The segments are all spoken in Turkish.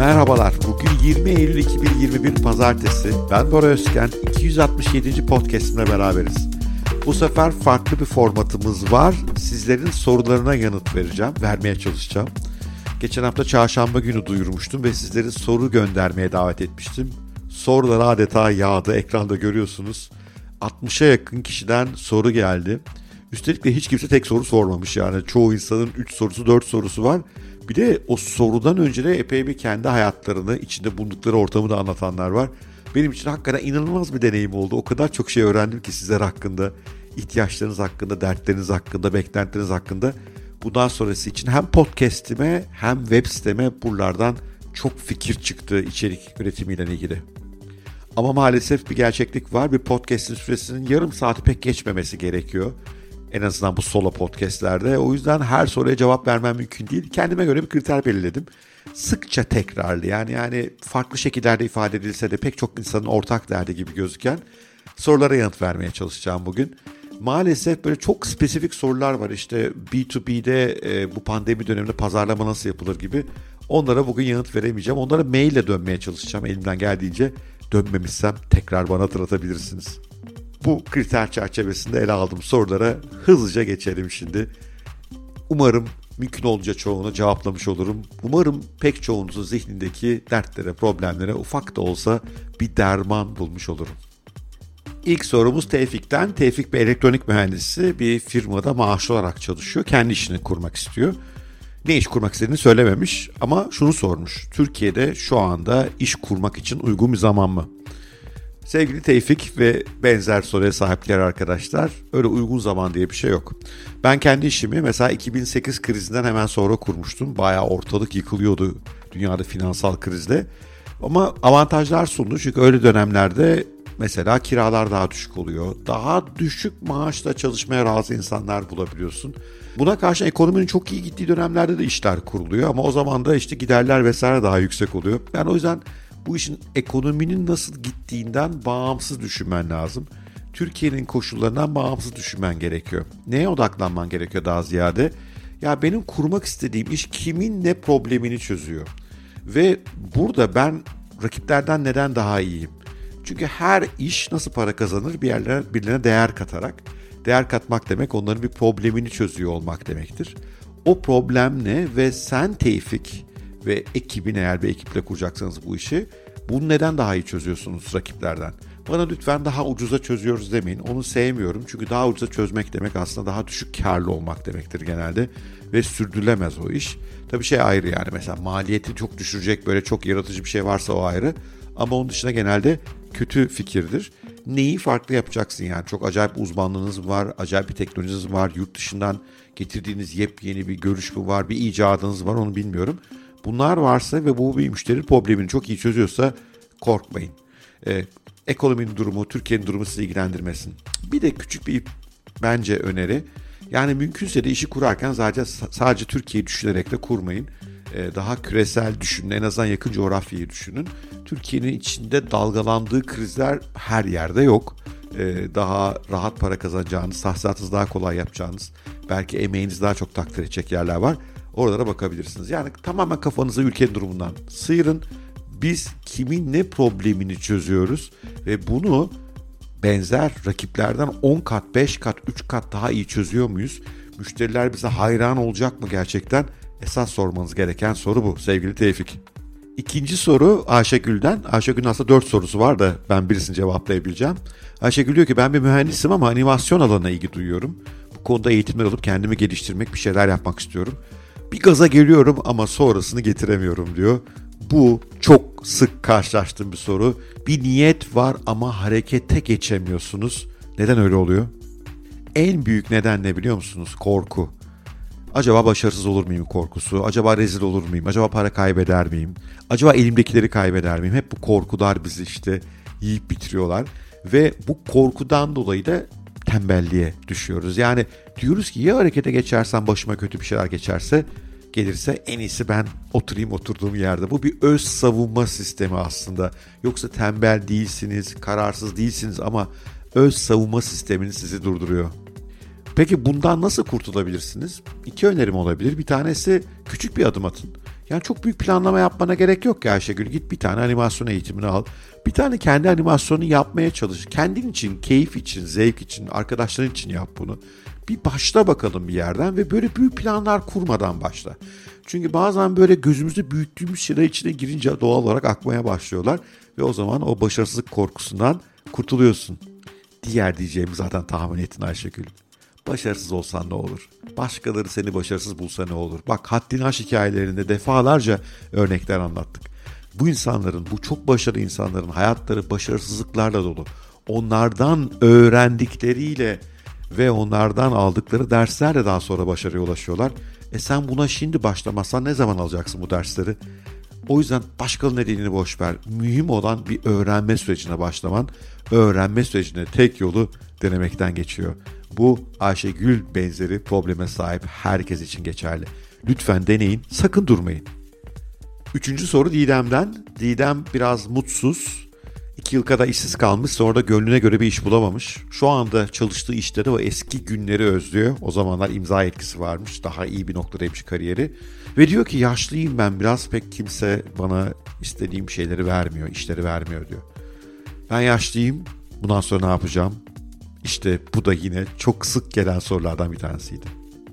Merhabalar, bugün 20 Eylül 2021 Pazartesi. Ben Bora Özken, 267. podcastimle beraberiz. Bu sefer farklı bir formatımız var. Sizlerin sorularına yanıt vermeye çalışacağım. Geçen hafta çarşamba günü duyurmuştum ve sizleri soru göndermeye davet etmiştim. Sorular adeta yağdı, ekranda görüyorsunuz. 60'a yakın kişiden soru geldi. Üstelik de hiç kimse tek soru sormamış yani. Çoğu insanın 3 sorusu, 4 sorusu var. Bir de o sorudan önce de epey bir kendi hayatlarını, içinde bulundukları ortamı da anlatanlar var. Benim için hakikaten inanılmaz bir deneyim oldu. O kadar çok şey öğrendim ki sizler hakkında, ihtiyaçlarınız hakkında, dertleriniz hakkında, beklentileriniz hakkında. Bundan sonrası için hem podcast'ime hem web siteme buralardan çok fikir çıktı içerik üretimiyle ilgili. Ama maalesef bir gerçeklik var. Bir podcast'in süresinin yarım saati pek geçmemesi gerekiyor. En azından bu solo podcastlerde. O yüzden her soruya cevap vermem mümkün değil. Kendime göre bir kriter belirledim. Sıkça tekrarlı yani farklı şekillerde ifade edilse de pek çok insanın ortak derdi gibi gözüken sorulara yanıt vermeye çalışacağım bugün. Maalesef böyle çok spesifik sorular var. İşte B2B'de bu pandemi döneminde pazarlama nasıl yapılır gibi. Onlara bugün yanıt veremeyeceğim. Onlara maille dönmeye çalışacağım elimden geldiğince. Dönmemişsem tekrar bana hatırlatabilirsiniz. Bu kriter çerçevesinde ele aldığım sorulara hızlıca geçelim şimdi. Umarım mümkün olunca çoğunu cevaplamış olurum. Umarım pek çoğunuzun zihnindeki dertlere, problemlere ufak da olsa bir derman bulmuş olurum. İlk sorumuz Tevfik'ten. Tevfik bir elektronik mühendisi, bir firmada maaşlı olarak çalışıyor. Kendi işini kurmak istiyor. Ne iş kurmak istediğini söylememiş ama şunu sormuş. Türkiye'de şu anda iş kurmak için uygun bir zaman mı? Sevgili Tevfik ve benzer soruya sahipler arkadaşlar, öyle uygun zaman diye bir şey yok. Ben kendi işimi mesela 2008 krizinden hemen sonra kurmuştum. Bayağı ortalık yıkılıyordu dünyada finansal krizle. Ama avantajlar sundu çünkü öyle dönemlerde mesela kiralar daha düşük oluyor. Daha düşük maaşla çalışmaya razı insanlar bulabiliyorsun. Buna karşı ekonominin çok iyi gittiği dönemlerde de işler kuruluyor ama o zaman da işte giderler vesaire daha yüksek oluyor. Yani o yüzden bu işin ekonominin nasıl gittiğinden bağımsız düşünmen lazım. Türkiye'nin koşullarından bağımsız düşünmen gerekiyor. Neye odaklanman gerekiyor daha ziyade? Ya benim kurmak istediğim iş kimin ne problemini çözüyor? Ve burada ben rakiplerden neden daha iyiyim? Çünkü her iş nasıl para kazanır birilerine değer katarak. Değer katmak demek onların bir problemini çözüyor olmak demektir. O problem ne ve sen Tevfik ve ekibin eğer bir ekiple kuracaksanız bu işi bunu neden daha iyi çözüyorsunuz rakiplerden? Bana lütfen daha ucuza çözüyoruz demeyin. Onu sevmiyorum çünkü daha ucuza çözmek demek aslında daha düşük karlı olmak demektir genelde ve sürdürülemez o iş. Tabii şey ayrı yani mesela maliyeti çok düşürecek böyle çok yaratıcı bir şey varsa o ayrı ama onun dışında genelde kötü fikirdir. Neyi farklı yapacaksın yani çok acayip uzmanlığınız var, acayip bir teknolojiniz var, yurt dışından getirdiğiniz yepyeni bir görüş mü var, bir icadınız var onu bilmiyorum. Bunlar varsa ve bu bir müşteri problemini çok iyi çözüyorsa korkmayın. Ekonominin durumu, Türkiye'nin durumu sizi ilgilendirmesin. Bir de küçük bir bence öneri. Yani mümkünse de işi kurarken sadece Türkiye'yi düşünerek de kurmayın. Daha küresel düşünün, en azından yakın coğrafyayı düşünün. Türkiye'nin içinde dalgalandığı krizler her yerde yok. Daha rahat para kazanacağınız, tahsilatınızı daha kolay yapacağınız, belki emeğinizi daha çok takdir edecek yerler var. Oralara bakabilirsiniz. Yani tamamen kafanızı ülkenin durumundan sıyırın. Biz kimin ne problemini çözüyoruz ve bunu benzer rakiplerden 10 kat, 5 kat, 3 kat daha iyi çözüyor muyuz? Müşteriler bize hayran olacak mı gerçekten? Esas sormanız gereken soru bu sevgili Tevfik. İkinci soru Ayşegül'den. Ayşegül'ün aslında 4 sorusu var da ben birisini cevaplayabileceğim. Ayşegül diyor ki ben bir mühendisim ama animasyon alanına ilgi duyuyorum. Bu konuda eğitimler alıp kendimi geliştirmek, bir şeyler yapmak istiyorum. Bir gaza geliyorum ama sonrasını getiremiyorum diyor. Bu çok sık karşılaştığım bir soru. Bir niyet var ama harekete geçemiyorsunuz. Neden öyle oluyor? En büyük neden ne biliyor musunuz? Korku. Acaba başarısız olur muyum korkusu? Acaba rezil olur muyum? Acaba para kaybeder miyim? Acaba elimdekileri kaybeder miyim? Hep bu korkular bizi işte yiyip bitiriyorlar. Ve bu korkudan dolayı da tembelliğe düşüyoruz. Yani diyoruz ki ya harekete geçersem başıma kötü bir şeyler gelirse en iyisi ben oturayım oturduğum yerde. Bu bir öz savunma sistemi aslında. Yoksa tembel değilsiniz, kararsız değilsiniz ama öz savunma sisteminiz sizi durduruyor. Peki bundan nasıl kurtulabilirsiniz? İki önerim olabilir. Bir tanesi küçük bir adım atın. Yani çok büyük planlama yapmana gerek yok ki Ayşegül. Git bir tane animasyon eğitimini al. Bir tane kendi animasyonunu yapmaya çalış. Kendin için, keyif için, zevk için, arkadaşların için yap bunu. Bir başla bakalım bir yerden ve böyle büyük planlar kurmadan başla. Çünkü bazen böyle gözümüzde büyüttüğümüz şeyler içine girince doğal olarak akmaya başlıyorlar. Ve o zaman o başarısızlık korkusundan kurtuluyorsun. Diğer diyeceğimi zaten tahmin ettin Ayşegül. Başarısız olsan ne olur? Başkaları seni başarısız bulsa ne olur? Bak Haddini Aş hikayelerinde defalarca örnekler anlattık. Bu insanların, bu çok başarılı insanların hayatları başarısızlıklarla dolu. Onlardan öğrendikleriyle ve onlardan aldıkları derslerle daha sonra başarıya ulaşıyorlar. Sen buna şimdi başlamazsan ne zaman alacaksın bu dersleri? O yüzden başkalarının nedenini boş ver. Mühim olan bir öğrenme sürecine başlaman. Öğrenme sürecine tek yolu denemekten geçiyor. Bu Ayşegül benzeri probleme sahip herkes için geçerli. Lütfen deneyin, sakın durmayın. Üçüncü soru Didem'den. Didem biraz mutsuz. 2 yıl kadar işsiz kalmış, sonra da gönlüne göre bir iş bulamamış. Şu anda çalıştığı işte de o eski günleri özlüyor. O zamanlar imza etkisi varmış, daha iyi bir noktadaymış kariyeri. Ve diyor ki yaşlıyım ben biraz, pek kimse bana istediğim şeyleri vermiyor, işleri vermiyor diyor. Ben yaşlıyım, bundan sonra ne yapacağım? İşte bu da yine çok sık gelen sorulardan bir tanesiydi.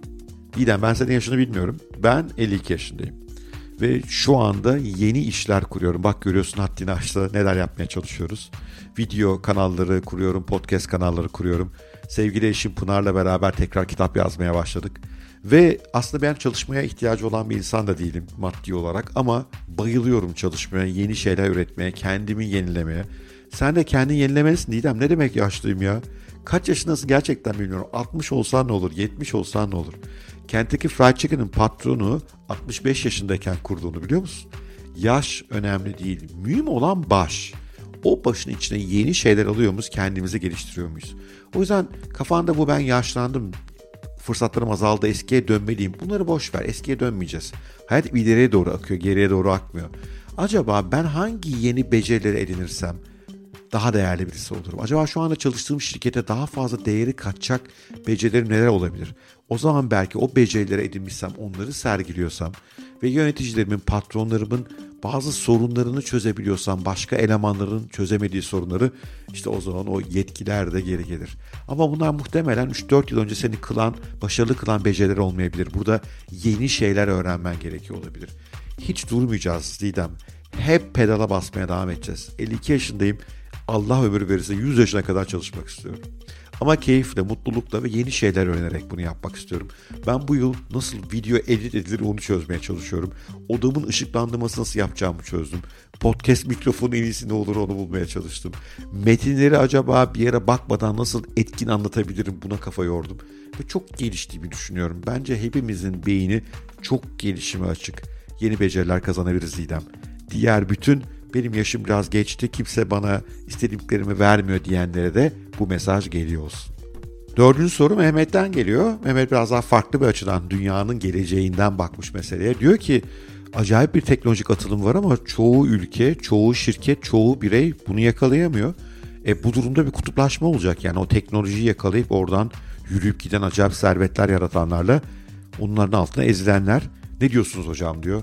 Didem, ben senin yaşını bilmiyorum. Ben 52 yaşındayım. Ve şu anda yeni işler kuruyorum. Bak görüyorsun Haddini Aş'ta neler yapmaya çalışıyoruz. Video kanalları kuruyorum, podcast kanalları kuruyorum. Sevgili eşim Pınar'la beraber tekrar kitap yazmaya başladık. Ve aslında ben çalışmaya ihtiyacı olan bir insan da değilim maddi olarak. Ama bayılıyorum çalışmaya, yeni şeyler üretmeye, kendimi yenilemeye. Sen de kendini yenilemelisin Didem. Ne demek yaşlıyım ya? Kaç yaşındasın gerçekten bilmiyorum. 60 olsan ne olur, 70 olsan ne olur? Kentucky Fried Chicken'ın patronu 65 yaşındayken kurduğunu biliyor musun? Yaş önemli değil. Mühim olan baş. O başın içine yeni şeyler alıyor muyuz, kendimizi geliştiriyor muyuz? O yüzden kafanda bu ben yaşlandım, fırsatlarım azaldı, eskiye dönmeliyim. Bunları boş ver, eskiye dönmeyeceğiz. Hayat ileriye doğru akıyor, geriye doğru akmıyor. Acaba ben hangi yeni becerileri edinirsem daha değerli birisi olurum? Acaba şu anda çalıştığım şirkete daha fazla değeri katacak becerilerim neler olabilir? O zaman belki o becerileri edinmişsem, onları sergiliyorsam ve yöneticilerimin, patronlarımın bazı sorunlarını çözebiliyorsam, başka elemanların çözemediği sorunları, işte o zaman o yetkiler de geri gelir. Ama bunlar muhtemelen 3-4 yıl önce seni başarılı kılan beceriler olmayabilir. Burada yeni şeyler öğrenmen gerekiyor olabilir. Hiç durmayacağız Didem. Hep pedala basmaya devam edeceğiz. 52 yaşındayım. Allah ömür verirse 100 yaşına kadar çalışmak istiyorum. Ama keyifle, mutlulukla ve yeni şeyler öğrenerek bunu yapmak istiyorum. Ben bu yıl nasıl video edit edilir onu çözmeye çalışıyorum. Odamın ışıklandırması nasıl yapacağımı çözdüm. Podcast mikrofonu en iyisi ne olur onu bulmaya çalıştım. Metinleri acaba bir yere bakmadan nasıl etkin anlatabilirim buna kafa yordum. Ve çok geliştiğimi düşünüyorum. Bence hepimizin beyni çok gelişime açık. Yeni beceriler kazanabiliriz Didem. Diğer bütün benim yaşım biraz geçti, kimse bana istediklerimi vermiyor diyenlere de bu mesaj geliyor olsun. Dördüncü soru Mehmet'ten geliyor. Mehmet biraz daha farklı bir açıdan dünyanın geleceğinden bakmış meseleye. Diyor ki acayip bir teknolojik atılım var ama çoğu ülke, çoğu şirket, çoğu birey bunu yakalayamıyor. Bu durumda bir kutuplaşma olacak. Yani o teknolojiyi yakalayıp oradan yürüyüp giden acayip servetler yaratanlarla onların altına ezilenler. Ne diyorsunuz hocam diyor.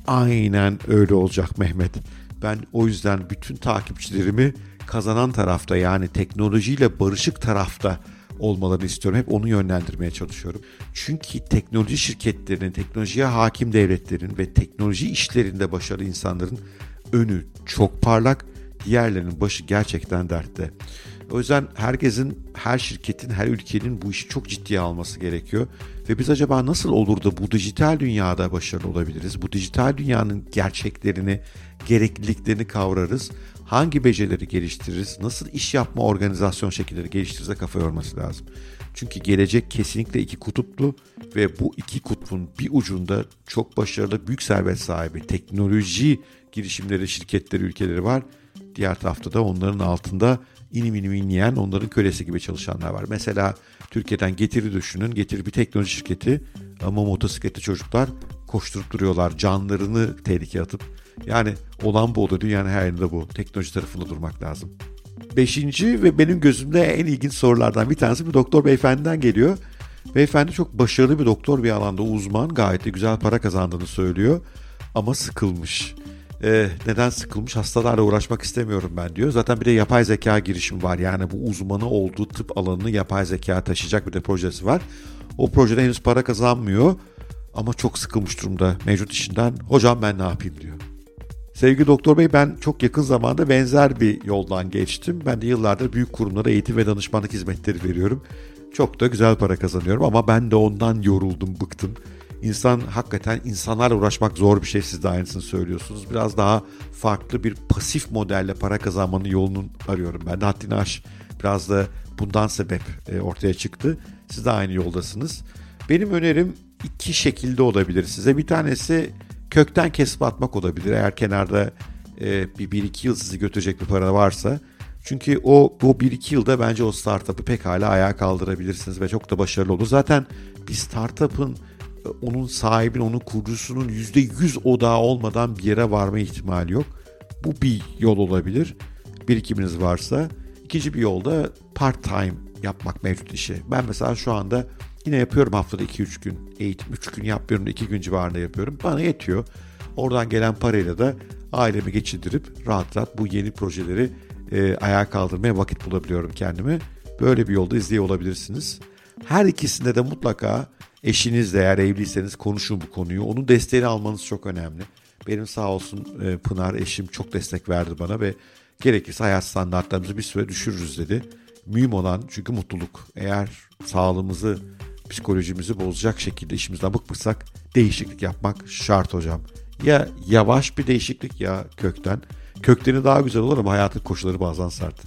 Aynen öyle olacak Mehmet. Ben o yüzden bütün takipçilerimi kazanan tarafta, yani teknolojiyle barışık tarafta olmalarını istiyorum. Hep onu yönlendirmeye çalışıyorum. Çünkü teknoloji şirketlerinin, teknolojiye hakim devletlerin ve teknoloji işlerinde başarılı insanların önü çok parlak. Diğerlerinin başı gerçekten dertte. O yüzden herkesin, her şirketin, her ülkenin bu işi çok ciddiye alması gerekiyor. Ve biz acaba nasıl olur da bu dijital dünyada başarılı olabiliriz? Bu dijital dünyanın gerçeklerini, gerekliliklerini kavrarız. Hangi becerileri geliştiririz? Nasıl iş yapma organizasyon şekilleri geliştirirse kafa yorması lazım. Çünkü gelecek kesinlikle iki kutuplu ve bu iki kutbun bir ucunda çok başarılı, büyük servet sahibi teknoloji girişimleri, şirketleri, ülkeleri var. Diğer tarafta da onların altında inim inim inleyen, onların kölesi gibi çalışanlar var. Mesela Türkiye'den Getir'i düşünün. Getir bir teknoloji şirketi ama motosikletli çocuklar koşturup duruyorlar. Canlarını tehlikeye atıp. Yani olan bu oldu. Dünyanın her yerinde bu. Teknoloji tarafında durmak lazım. Beşinci ve benim gözümde en ilginç sorulardan bir tanesi bir doktor beyefendiden geliyor. Beyefendi çok başarılı bir doktor, bir alanda uzman. Gayet de güzel para kazandığını söylüyor. ama sıkılmış. Neden sıkılmış? Hastalarla uğraşmak istemiyorum ben diyor. Zaten bir de yapay zeka girişimi var. Yani bu uzmanı olduğu tıp alanını yapay zeka taşıyacak bir de projesi var. O projede henüz para kazanmıyor ama çok sıkılmış durumda mevcut işinden. Hocam ben ne yapayım diyor. Sevgili doktor bey, ben çok yakın zamanda benzer bir yoldan geçtim. Ben de yıllardır büyük kurumlara eğitim ve danışmanlık hizmetleri veriyorum. Çok da güzel para kazanıyorum ama ben de ondan yoruldum, bıktım. Hakikaten insanlarla uğraşmak zor bir şey, siz de aynısını söylüyorsunuz. Biraz daha farklı bir pasif modelle para kazanmanın yolunu arıyorum. Ben de haddini aş. Biraz da bundan sebep ortaya çıktı. Siz de aynı yoldasınız. Benim önerim iki şekilde olabilir size. Bir tanesi kökten kesip atmak olabilir. Eğer kenarda bir iki yıl sizi götürecek bir para varsa. Çünkü bu 1-2 yılda bence o startup'ı pekala ayağa kaldırabilirsiniz ve çok da başarılı olur. Zaten bir startup'ın onun sahibinin, onun kurucusunun %100 odağı olmadan bir yere varma ihtimali yok. Bu bir yol olabilir. Birikiminiz varsa. İkinci bir yolda part time yapmak mevcut işi. Ben mesela şu anda yine yapıyorum haftada 2-3 gün eğitim. 3 gün yapmıyorum da 2 gün civarında yapıyorum. Bana yetiyor. Oradan gelen parayla da ailemi geçindirip rahat rahat bu yeni projeleri ayağa kaldırmaya vakit bulabiliyorum kendime. Böyle bir yolda izliyor olabilirsiniz. Her ikisinde de mutlaka eşinizle, eğer evliyseniz, konuşun bu konuyu. Onun desteğini almanız çok önemli. Benim sağ olsun Pınar eşim çok destek verdi bana ve gerekirse hayat standartlarımızı bir süre düşürürüz dedi. Mühim olan çünkü mutluluk. Eğer sağlığımızı, psikolojimizi bozacak şekilde işimizden bıkmışsak değişiklik yapmak şart hocam. Ya yavaş bir değişiklik ya kökten. Kökleri daha güzel olur ama hayatın koşulları bazen sert.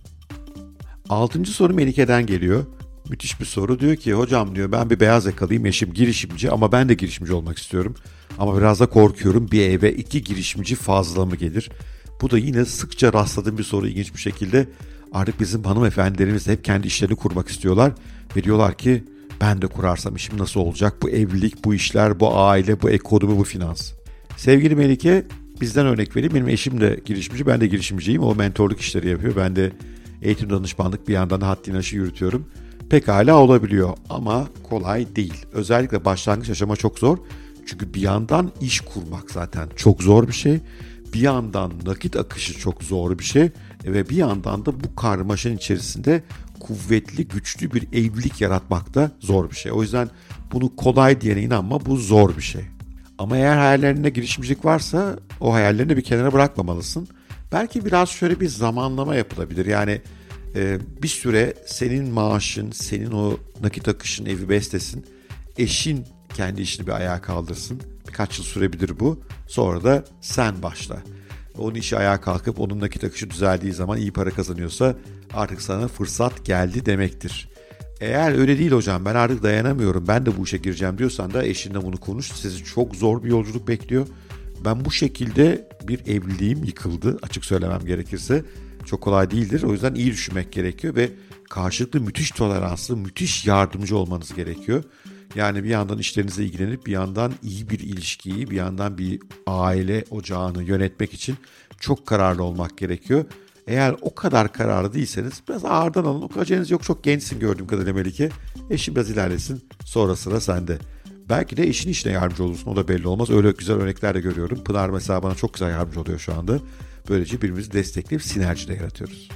6. soru Melike'den geliyor. Müthiş bir soru. Diyor ki hocam diyor, ben bir beyaz yakalıyım, eşim girişimci ama ben de girişimci olmak istiyorum. Ama biraz da korkuyorum, bir eve 2 girişimci fazla mı gelir? Bu da yine sıkça rastladığım bir soru, ilginç bir şekilde. Artık bizim hanımefendilerimiz de hep kendi işlerini kurmak istiyorlar. Ve diyorlar ki ben de kurarsam işim nasıl olacak? Bu evlilik, bu işler, bu aile, bu ekonomi, bu finans. Sevgili Melike, bizden örnek vereyim. Benim eşim de girişimci, ben de girişimciyim. O mentorluk işleri yapıyor. Ben de eğitim danışmanlık, bir yandan da haddini aşı yürütüyorum. Pekala olabiliyor ama kolay değil. Özellikle başlangıç aşama çok zor. Çünkü bir yandan iş kurmak zaten çok zor bir şey. Bir yandan nakit akışı çok zor bir şey. Ve bir yandan da bu karmaşanın içerisinde kuvvetli, güçlü bir evlilik yaratmak da zor bir şey. O yüzden bunu kolay diyene inanma, bu zor bir şey. Ama eğer hayallerinde girişimcilik varsa o hayallerini bir kenara bırakmamalısın. Belki biraz şöyle bir zamanlama yapılabilir. Yani bir süre senin maaşın, senin o nakit akışın evi beslesin. Eşin kendi işini bir ayağa kaldırsın. Birkaç yıl sürebilir bu. Sonra da sen başla. Onun işi ayağa kalkıp onun nakit akışı düzeldiği zaman, iyi para kazanıyorsa artık sana fırsat geldi demektir. Eğer öyle değil hocam, ben artık dayanamıyorum, ben de bu işe gireceğim diyorsan da eşinle bunu konuş. Sizi çok zor bir yolculuk bekliyor. Ben bu şekilde bir evliliğim yıkıldı, açık söylemem gerekirse. Çok kolay değildir. O yüzden iyi düşünmek gerekiyor ve karşılıklı müthiş toleranslı, müthiş yardımcı olmanız gerekiyor. Yani bir yandan işlerinize ilgilenip bir yandan iyi bir ilişkiyi, bir yandan bir aile ocağını yönetmek için çok kararlı olmak gerekiyor. Eğer o kadar kararlı değilseniz biraz ağırdan alın. O kadar aceleniz yok, çok gençsin gördüğüm kadarıyla Melike. Eşin biraz ilerlesin, sonra sıra sende. Belki de eşin işine yardımcı olursun, o da belli olmaz. Öyle güzel örnekler de görüyorum. Pınar mesela bana çok güzel yardımcı oluyor şu anda. Böylece birbirimizi destekleyip sinerji de yaratıyoruz.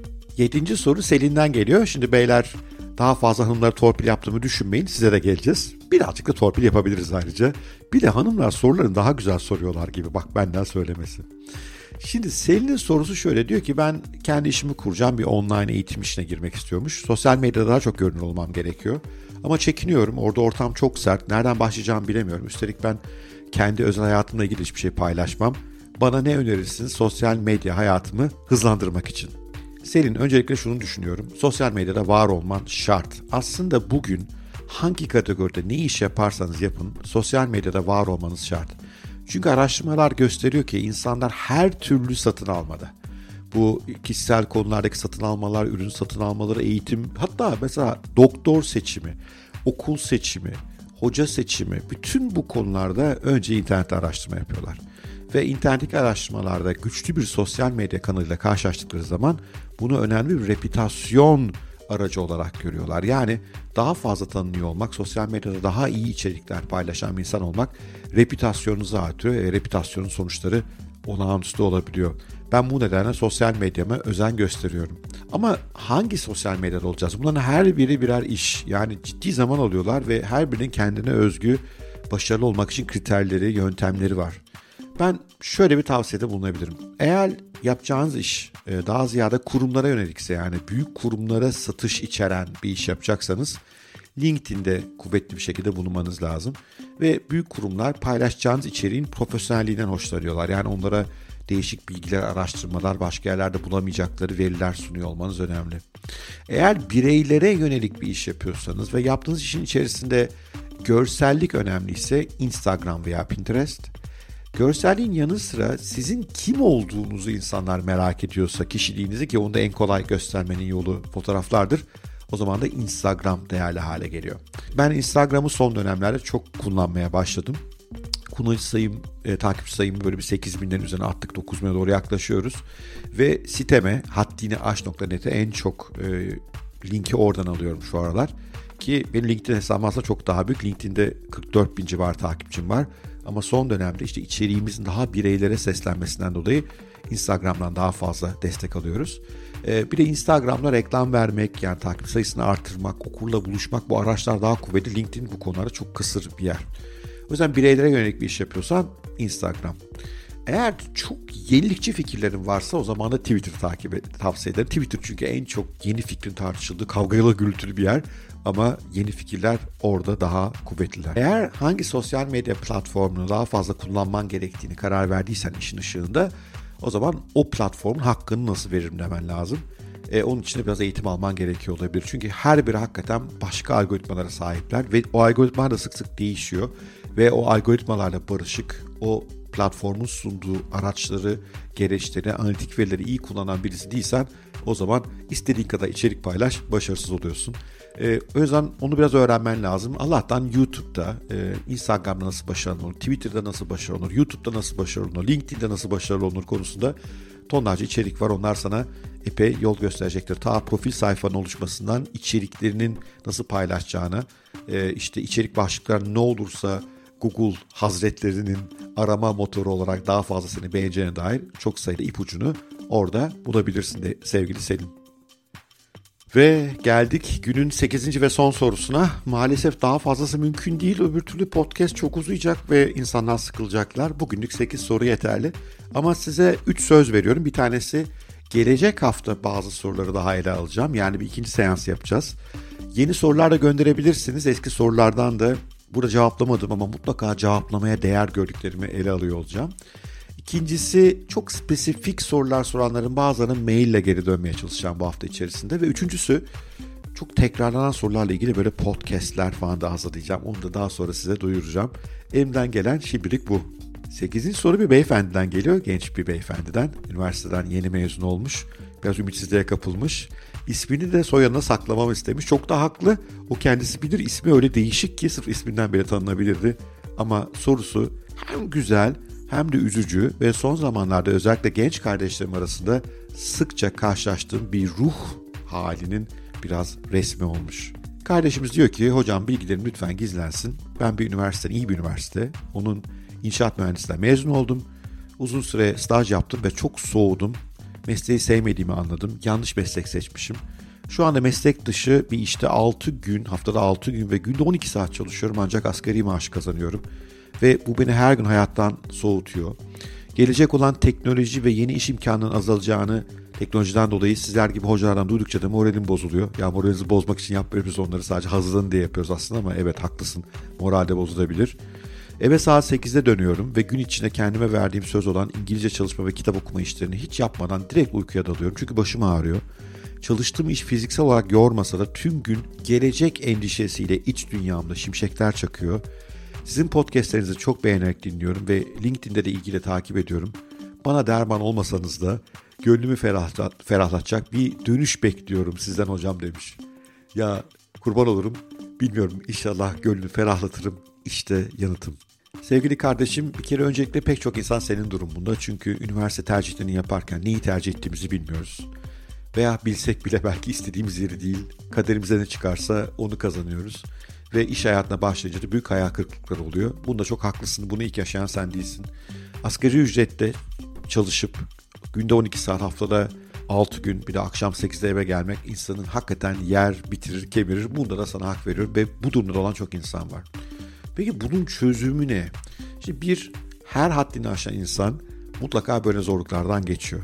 7. soru Selin'den geliyor. Şimdi beyler, daha fazla hanımlara torpil yaptığımı düşünmeyin. Size de geleceğiz. Birazcık da torpil yapabiliriz ayrıca. Bir de hanımlar sorularını daha güzel soruyorlar gibi. Bak, benden söylemesi. Şimdi Selin'in sorusu şöyle, diyor ki ben kendi işimi kuracağım, bir online eğitim işine girmek istiyormuş. Sosyal medyada daha çok görünür olmam gerekiyor. Ama çekiniyorum, orada ortam çok sert. Nereden başlayacağımı bilemiyorum. Üstelik ben kendi özel hayatımla ilgili hiçbir şey paylaşmam. Bana ne önerirsiniz sosyal medya hayatımı hızlandırmak için? Selin, öncelikle şunu düşünüyorum. Sosyal medyada var olman şart. Aslında bugün hangi kategoride ne iş yaparsanız yapın, sosyal medyada var olmanız şart. Çünkü araştırmalar gösteriyor ki insanlar her türlü satın almada. Bu kişisel konulardaki satın almalar, ürün satın almaları, eğitim, hatta mesela doktor seçimi, okul seçimi, hoca seçimi, bütün bu konularda önce internette araştırma yapıyorlar. Ve internetteki araştırmalarda güçlü bir sosyal medya kanalıyla karşılaştıkları zaman bunu önemli bir reputasyon aracı olarak görüyorlar. Yani daha fazla tanınıyor olmak, sosyal medyada daha iyi içerikler paylaşan bir insan olmak reputasyonunuzu artırıyor. Reputasyonun sonuçları olağanüstü olabiliyor. Ben bu nedenle sosyal medyama özen gösteriyorum. Ama hangi sosyal medyada olacağız? Bunların her biri birer iş. Yani ciddi zaman alıyorlar ve her birinin kendine özgü başarılı olmak için kriterleri, yöntemleri var. Ben şöyle bir tavsiyede bulunabilirim. Eğer yapacağınız iş daha ziyade kurumlara yönelikse, yani büyük kurumlara satış içeren bir iş yapacaksanız LinkedIn'de kuvvetli bir şekilde bulunmanız lazım. Ve büyük kurumlar paylaşacağınız içeriğin profesyonelliğinden hoşlanıyorlar. Yani onlara değişik bilgiler, araştırmalar, başka yerlerde bulamayacakları veriler sunuyor olmanız önemli. Eğer bireylere yönelik bir iş yapıyorsanız ve yaptığınız işin içerisinde görsellik önemliyse Instagram veya Pinterest. Görselliğin yanı sıra sizin kim olduğunuzu insanlar merak ediyorsa, kişiliğinizi, ki onu da en kolay göstermenin yolu fotoğraflardır, o zaman da Instagram değerli hale geliyor. Ben Instagram'ı son dönemlerde çok kullanmaya başladım. Kullanıcı sayım, takipçi sayımı böyle bir 8.000'lerin üzerine attık, 9.000'e doğru yaklaşıyoruz. Ve siteme haddiniaş.net'e en çok linki oradan alıyorum şu aralar. Ki benim LinkedIn hesabım aslında çok daha büyük. LinkedIn'de 44.000 civarı takipçim var. Ama son dönemde işte içeriğimizin daha bireylere seslenmesinden dolayı Instagram'dan daha fazla destek alıyoruz. Bir de Instagram'da reklam vermek, yani takip sayısını artırmak, okurla buluşmak, bu araçlar daha kuvvetli. LinkedIn bu konularda çok kısır bir yer. O yüzden bireylere yönelik bir iş yapıyorsan Instagram. Eğer çok yenilikçi fikirlerin varsa o zaman da Twitter'ı tavsiye ederim. Twitter çünkü en çok yeni fikrin tartışıldığı, kavgalı gürültülü bir yer. Ama yeni fikirler orada daha kuvvetliler. Eğer hangi sosyal medya platformunu daha fazla kullanman gerektiğini karar verdiysen işin ışığında, o zaman o platformun hakkını nasıl veririm demen lazım. Onun için de biraz eğitim alman gerekiyor olabilir. Çünkü her biri hakikaten başka algoritmalara sahipler ve o algoritmalar da sık sık değişiyor. Ve o algoritmalarla barışık, o platformun sunduğu araçları, gereçleri, analitik verileri iyi kullanan birisi değilsen, o zaman istediğin kadar içerik paylaş, başarısız oluyorsun. O yüzden onu biraz öğrenmen lazım. Allah'tan YouTube'da, Instagram'da nasıl başarılı olur, Twitter'da nasıl başarılı olur, YouTube'da nasıl başarılı olur, LinkedIn'de nasıl başarılı olur konusunda tonlarca içerik var. Onlar sana epey yol gösterecektir. Ta profil sayfanın oluşmasından içeriklerinin nasıl paylaşacağına, işte içerik başlıkları ne olursa Google Hazretlerinin arama motoru olarak daha fazla seni beğeneceğine dair çok sayıda ipucunu orada bulabilirsin de sevgili Selim. Ve geldik günün 8. ve son sorusuna. Maalesef daha fazlası mümkün değil. Öbür türlü podcast çok uzayacak ve insanlar sıkılacaklar. Bugünlük 8 soru yeterli. Ama size 3 söz veriyorum. Bir tanesi, gelecek hafta bazı soruları daha ele alacağım. Yani bir ikinci seans yapacağız. Yeni sorular da gönderebilirsiniz. Eski sorulardan da burada cevaplamadım ama mutlaka cevaplamaya değer gördüklerimi ele alıyor olacağım. İkincisi, çok spesifik sorular soranların bazılarının maille geri dönmeye çalışacağım bu hafta içerisinde. Ve üçüncüsü, çok tekrarlanan sorularla ilgili böyle podcastler falan da hazırlayacağım. Onu da daha sonra size duyuracağım. Elimden gelen şimdilik bu. 8. soru bir beyefendiden geliyor. Genç bir beyefendiden. Üniversiteden yeni mezun olmuş. Biraz ümitsizliğe kapılmış. İsmini de soyadına saklamamı istemiş. Çok da haklı. O kendisi bilir. İsmi öyle değişik ki sırf isminden bile tanınabilirdi. Ama sorusu hem güzel hem de üzücü ve son zamanlarda özellikle genç kardeşlerim arasında sıkça karşılaştığım bir ruh halinin biraz resmi olmuş. Kardeşimiz diyor ki, hocam bilgilerim lütfen gizlensin. Ben bir üniversiteden, iyi bir üniversite, onun inşaat mühendisliğinden mezun oldum. Uzun süre staj yaptım ve çok soğudum. Mesleği sevmediğimi anladım. Yanlış meslek seçmişim. Şu anda meslek dışı bir işte 6 gün, haftada 6 gün ve günde 12 saat çalışıyorum ancak asgari maaş kazanıyorum. Ve bu beni her gün hayattan soğutuyor. Gelecek olan teknoloji ve yeni iş imkanının azalacağını teknolojiden dolayı sizler gibi hocalardan duydukça da moralim bozuluyor. Ya moralinizi bozmak için yapmıyoruz onları, sadece hazırlanın diye yapıyoruz aslında ama evet haklısın, moral de bozulabilir. Eve saat 8'de dönüyorum ve gün içinde kendime verdiğim söz olan İngilizce çalışma ve kitap okuma işlerini hiç yapmadan direkt uykuya dalıyorum. Çünkü başım ağrıyor. Çalıştığım iş fiziksel olarak yormasa da tüm gün gelecek endişesiyle iç dünyamda şimşekler çakıyor. Sizin podcastlerinizi çok beğenerek dinliyorum ve LinkedIn'de de ilgiyle takip ediyorum. Bana derman olmasanız da gönlümü ferahlatacak bir dönüş bekliyorum sizden hocam demiş. Ya kurban olurum, bilmiyorum, inşallah gönlünü ferahlatırım, işte yanıtım. Sevgili kardeşim, bir kere öncelikle pek çok insan senin durumunda, çünkü üniversite tercihlerini yaparken neyi tercih ettiğimizi bilmiyoruz. Veya bilsek bile belki istediğimiz yeri değil, kaderimize ne çıkarsa onu kazanıyoruz. Ve iş hayatına başlayınca da büyük hayal kırıklıkları oluyor. Bunda çok haklısın, bunu ilk yaşayan sen değilsin. Asgari ücretle çalışıp günde 12 saat, haftada 6 gün, bir de akşam 8'de eve gelmek insanın hakikaten yer bitirir, kemirir. Bunda da sana hak veriyorum ve bu durumda olan çok insan var. Peki bunun çözümü ne? Şimdi her haddini aşan insan mutlaka böyle zorluklardan geçiyor.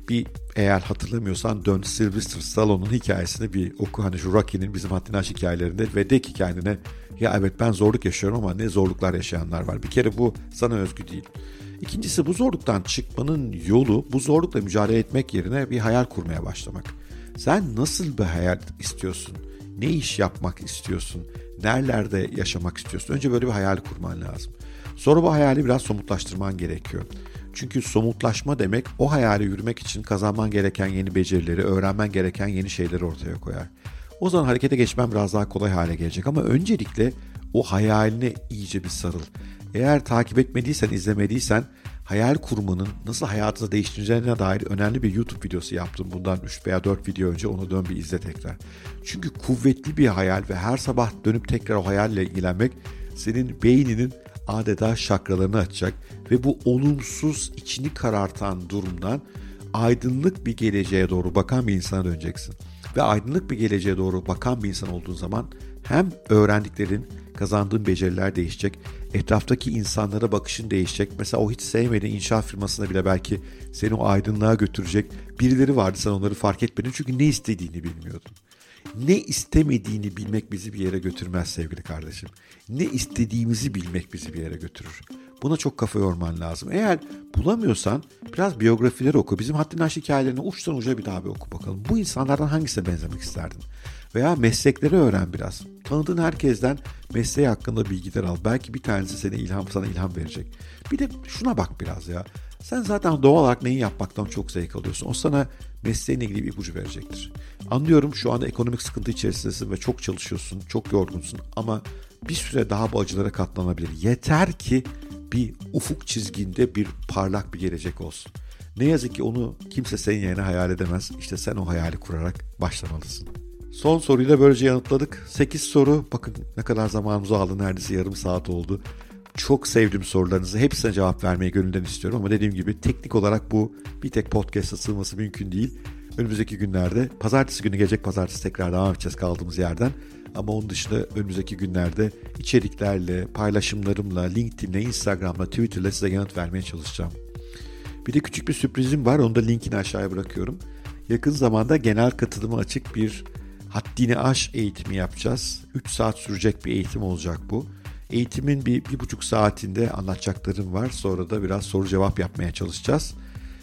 Eğer hatırlamıyorsan dön Sylvester Stallone'un hikayesini bir oku. Hani şu Rocky'nin bizim haddini aş hikayelerinde ve de ki kendine ya evet ben zorluk yaşıyorum ama ne zorluklar yaşayanlar var. Bir kere bu sana özgü değil. İkincisi, bu zorluktan çıkmanın yolu bu zorlukla mücadele etmek yerine bir hayal kurmaya başlamak. Sen nasıl bir hayal istiyorsun? Ne iş yapmak istiyorsun? Nerelerde yaşamak istiyorsun? Önce böyle bir hayal kurman lazım. Sonra bu hayali biraz somutlaştırman gerekiyor. Çünkü somutlaşma demek o hayali yürümek için kazanman gereken yeni becerileri, öğrenmen gereken yeni şeyleri ortaya koyar. O zaman harekete geçmen biraz daha kolay hale gelecek ama öncelikle o hayaline iyice bir sarıl. Eğer takip etmediysen, izlemediysen hayal kurmanın nasıl hayatını değiştireceğine dair önemli bir YouTube videosu yaptım. Bundan 3 veya 4 video önce, onu dön bir izle tekrar. Çünkü kuvvetli bir hayal ve her sabah dönüp tekrar o hayalle ilgilenmek senin beyninin adeta şakralarını açacak ve bu olumsuz, içini karartan durumdan aydınlık bir geleceğe doğru bakan bir insana döneceksin. Ve aydınlık bir geleceğe doğru bakan bir insan olduğun zaman hem öğrendiklerin, kazandığın beceriler değişecek, etraftaki insanlara bakışın değişecek. Mesela o hiç sevmediğin inşaat firmasına bile belki seni o aydınlığa götürecek birileri vardı, sen onları fark etmedin çünkü ne istediğini bilmiyordun. Ne istemediğini bilmek bizi bir yere götürmez sevgili kardeşim. Ne istediğimizi bilmek bizi bir yere götürür. Buna çok kafa yorman lazım. Eğer bulamıyorsan biraz biyografileri oku. Bizim Haddini Aş hikayelerini uçtan uca bir daha bir oku bakalım. Bu insanlardan hangisine benzemek isterdin? Veya meslekleri öğren biraz. Tanıdığın herkesten mesleği hakkında bilgiler al. Belki bir tanesi sana ilham verecek. Bir de şuna bak biraz ya. Sen zaten doğal olarak neyi yapmaktan çok zevk alıyorsun. O sana mesleğinle ilgili bir ipucu verecektir. Anlıyorum, şu anda ekonomik sıkıntı içerisindesin ve çok çalışıyorsun, çok yorgunsun ama bir süre daha bu acılara katlanabilir. Yeter ki bir ufuk çizginde bir parlak bir gelecek olsun. Ne yazık ki onu kimse senin yerine hayal edemez. İşte sen o hayali kurarak başlamalısın. Son soruyu da böylece yanıtladık. 8 soru. Bakın ne kadar zamanımızı aldı. Neredeyse yarım saat oldu. Çok sevdim sorularınızı. Hepsine cevap vermeyi gönülden istiyorum. Ama dediğim gibi teknik olarak bu bir tek podcast'a sığması mümkün değil. Önümüzdeki günlerde, pazartesi günü, gelecek pazartesi tekrar devam edeceğiz kaldığımız yerden. Ama onun dışında önümüzdeki günlerde içeriklerle, paylaşımlarımla, LinkedIn'le, Instagram'la, Twitter'la size yanıt vermeye çalışacağım. Bir de küçük bir sürprizim var. Onu da linkini aşağıya bırakıyorum. Yakın zamanda genel katılıma açık bir Haddini Aş eğitimi yapacağız. 3 saat sürecek bir eğitim olacak bu. Eğitimin bir buçuk saatinde anlatacaklarım var. Sonra da biraz soru cevap yapmaya çalışacağız.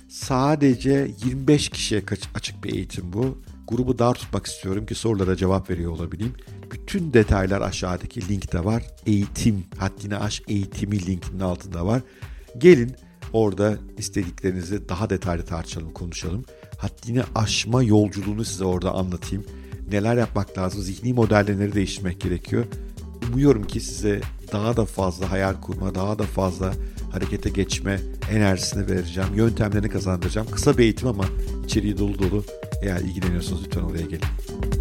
Sadece 25 kişiye açık bir eğitim bu. Grubu dar tutmak istiyorum ki sorulara cevap veriyor olabileyim. Bütün detaylar aşağıdaki linkte var. Eğitim, Haddini Aş eğitimi linkinin altında var. Gelin orada istediklerinizi daha detaylı tartışalım, konuşalım. Haddini aşma yolculuğunu size orada anlatayım. Neler yapmak lazım, zihni modelleri değiştirmek gerekiyor. Umuyorum ki size daha da fazla hayal kurma, daha da fazla harekete geçme enerjisini vereceğim. Yöntemlerini kazandıracağım. Kısa bir eğitim ama içeriği dolu dolu. Eğer ilgileniyorsanız lütfen oraya gelin.